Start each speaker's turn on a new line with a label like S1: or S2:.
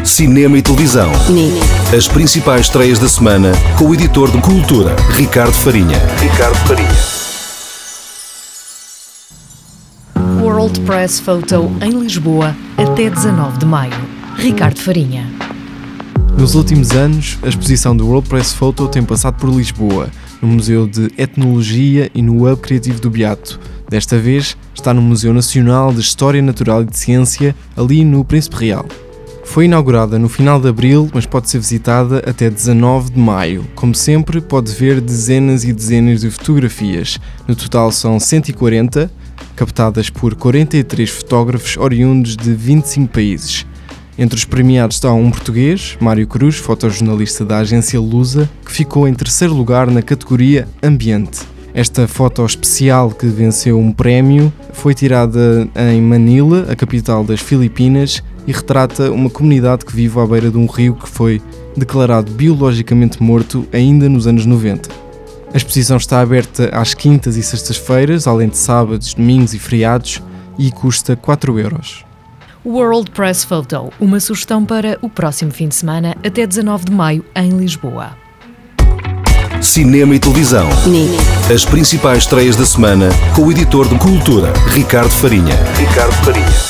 S1: cinema e televisão. As principais estreias da semana com o editor de cultura, Ricardo Farinha.
S2: World Press Photo em Lisboa até 19 de maio. Ricardo Farinha.
S3: Nos últimos anos, a exposição do World Press Photo tem passado por Lisboa, no Museu de Etnologia e no Hub Criativo do Beato. Desta vez, está no Museu Nacional de História Natural e de Ciência, ali no Príncipe Real. Foi inaugurada no final de abril, mas pode ser visitada até 19 de maio. Como sempre, pode ver dezenas e dezenas de fotografias. No total são 140, captadas por 43 fotógrafos oriundos de 25 países. Entre os premiados está um português, Mário Cruz, fotojornalista da agência Lusa, que ficou em terceiro lugar na categoria Ambiente. Esta foto especial que venceu um prémio foi tirada em Manila, a capital das Filipinas, e retrata uma comunidade que vive à beira de um rio que foi declarado biologicamente morto ainda nos anos 90. A exposição está aberta às quintas e sextas-feiras, além de sábados, domingos e feriados, e custa 4€.
S2: World Press Photo, uma sugestão para o próximo fim de semana até 19 de maio em Lisboa.
S1: Cinema e televisão. As principais estreias da semana com o editor de cultura, Ricardo Farinha.